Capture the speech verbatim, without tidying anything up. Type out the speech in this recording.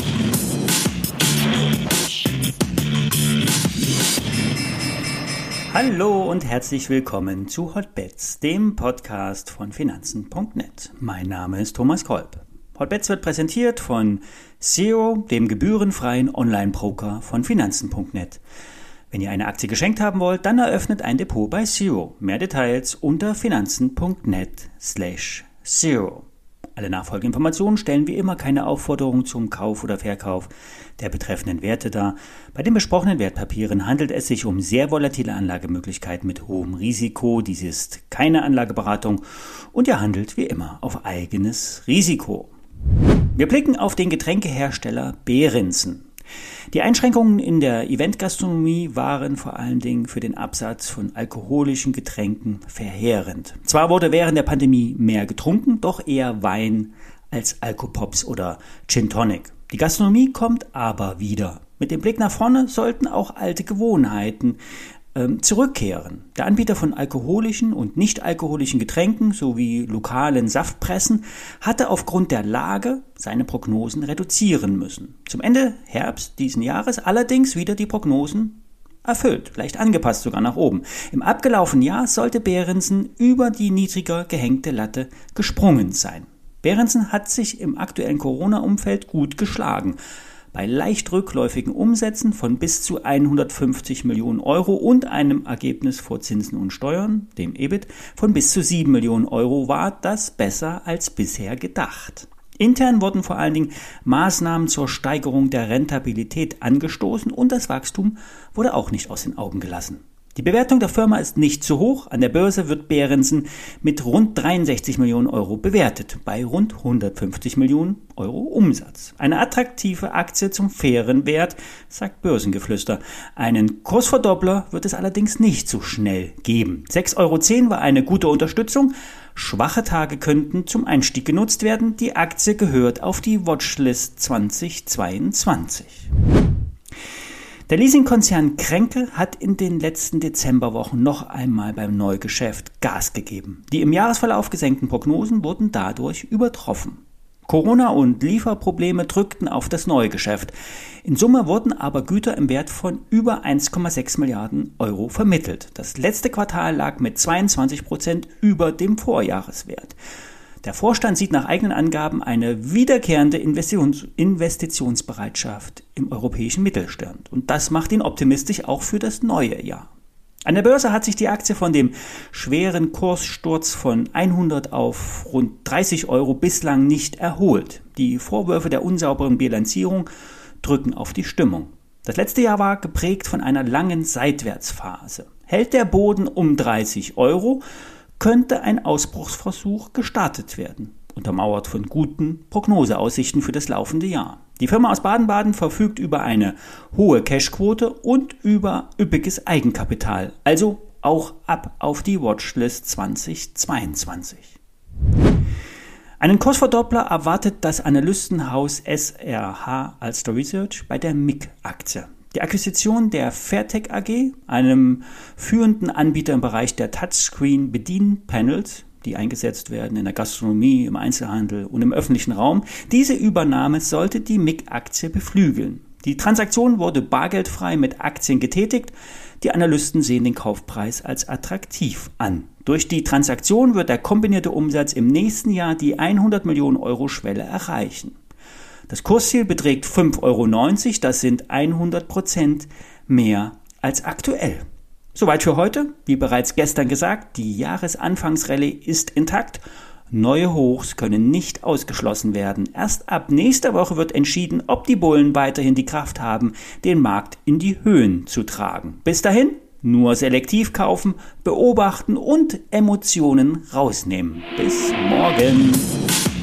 Hallo und herzlich willkommen zu Hotbets, dem Podcast von Finanzen punkt net. Mein Name ist Thomas Kolb. Hotbets wird präsentiert von Xero, dem gebührenfreien Online-Broker von Finanzen punkt net. Wenn ihr eine Aktie geschenkt haben wollt, dann eröffnet ein Depot bei Xero. Mehr Details unter finanzen punkt net slash Xero. Alle nachfolgenden Informationen stellen wie immer keine Aufforderung zum Kauf oder Verkauf der betreffenden Werte dar. Bei den besprochenen Wertpapieren handelt es sich um sehr volatile Anlagemöglichkeiten mit hohem Risiko. Dies ist keine Anlageberatung und ihr handelt wie immer auf eigenes Risiko. Wir blicken auf den Getränkehersteller Behrensen. Die Einschränkungen in der Eventgastronomie waren vor allen Dingen für den Absatz von alkoholischen Getränken verheerend. Zwar wurde während der Pandemie mehr getrunken, doch eher Wein als Alkopops oder Gin Tonic. Die Gastronomie kommt aber wieder. Mit dem Blick nach vorne sollten auch alte Gewohnheiten ähm, zurückkehren. Der Anbieter von alkoholischen und nicht alkoholischen Getränken sowie lokalen Saftpressen hatte aufgrund der Lage seine Prognosen reduzieren müssen. Zum Ende Herbst diesen Jahres allerdings wieder die Prognosen erfüllt, leicht angepasst sogar nach oben. Im abgelaufenen Jahr sollte Behrensen über die niedriger gehängte Latte gesprungen sein. Behrensen hat sich im aktuellen Corona-Umfeld gut geschlagen. Bei leicht rückläufigen Umsätzen von bis zu hundertfünfzig Millionen Euro und einem Ergebnis vor Zinsen und Steuern, dem E B I T, von bis zu sieben Millionen Euro war das besser als bisher gedacht. Intern wurden vor allen Dingen Maßnahmen zur Steigerung der Rentabilität angestoßen und das Wachstum wurde auch nicht aus den Augen gelassen. Die Bewertung der Firma ist nicht zu hoch. An der Börse wird Behrensen mit rund dreiundsechzig Millionen Euro bewertet, bei rund hundertfünfzig Millionen Euro Umsatz. Eine attraktive Aktie zum fairen Wert, sagt Börsengeflüster. Einen Kursverdoppler wird es allerdings nicht so schnell geben. sechs Euro zehn war eine gute Unterstützung. Schwache Tage könnten zum Einstieg genutzt werden. Die Aktie gehört auf die Watchlist zweitausendzweiundzwanzig. Der Leasingkonzern Kränke hat in den letzten Dezemberwochen noch einmal beim Neugeschäft Gas gegeben. Die im Jahresverlauf gesenkten Prognosen wurden dadurch übertroffen. Corona und Lieferprobleme drückten auf das Neugeschäft. In Summe wurden aber Güter im Wert von über eins Komma sechs Milliarden Euro vermittelt. Das letzte Quartal lag mit zweiundzwanzig Prozent über dem Vorjahreswert. Der Vorstand sieht nach eigenen Angaben eine wiederkehrende Investitions- Investitionsbereitschaft im europäischen Mittelstand. Und das macht ihn optimistisch auch für das neue Jahr. An der Börse hat sich die Aktie von dem schweren Kurssturz von hundert auf rund dreißig Euro bislang nicht erholt. Die Vorwürfe der unsauberen Bilanzierung drücken auf die Stimmung. Das letzte Jahr war geprägt von einer langen Seitwärtsphase. Hält der Boden um dreißig Euro, könnte ein Ausbruchsversuch gestartet werden, untermauert von guten Prognoseaussichten für das laufende Jahr. Die Firma aus Baden-Baden verfügt über eine hohe Cashquote und über üppiges Eigenkapital, also auch ab auf die Watchlist zweitausendzweiundzwanzig. Einen Kursverdoppler erwartet das Analystenhaus S R H Alster Research bei der M I C-Aktie. Die Akquisition der Fairtech A G, einem führenden Anbieter im Bereich der Touchscreen-Bedienpanels, die eingesetzt werden in der Gastronomie, im Einzelhandel und im öffentlichen Raum. Diese Übernahme sollte die M I C-Aktie beflügeln. Die Transaktion wurde bargeldfrei mit Aktien getätigt. Die Analysten sehen den Kaufpreis als attraktiv an. Durch die Transaktion wird der kombinierte Umsatz im nächsten Jahr die hundert Millionen Euro Schwelle erreichen. Das Kursziel beträgt fünf Euro neunzig, das sind hundert Prozent mehr als aktuell. Soweit für heute. Wie bereits gestern gesagt, die Jahresanfangsrallye ist intakt. Neue Hochs können nicht ausgeschlossen werden. Erst ab nächster Woche wird entschieden, ob die Bullen weiterhin die Kraft haben, den Markt in die Höhen zu tragen. Bis dahin nur selektiv kaufen, beobachten und Emotionen rausnehmen. Bis morgen.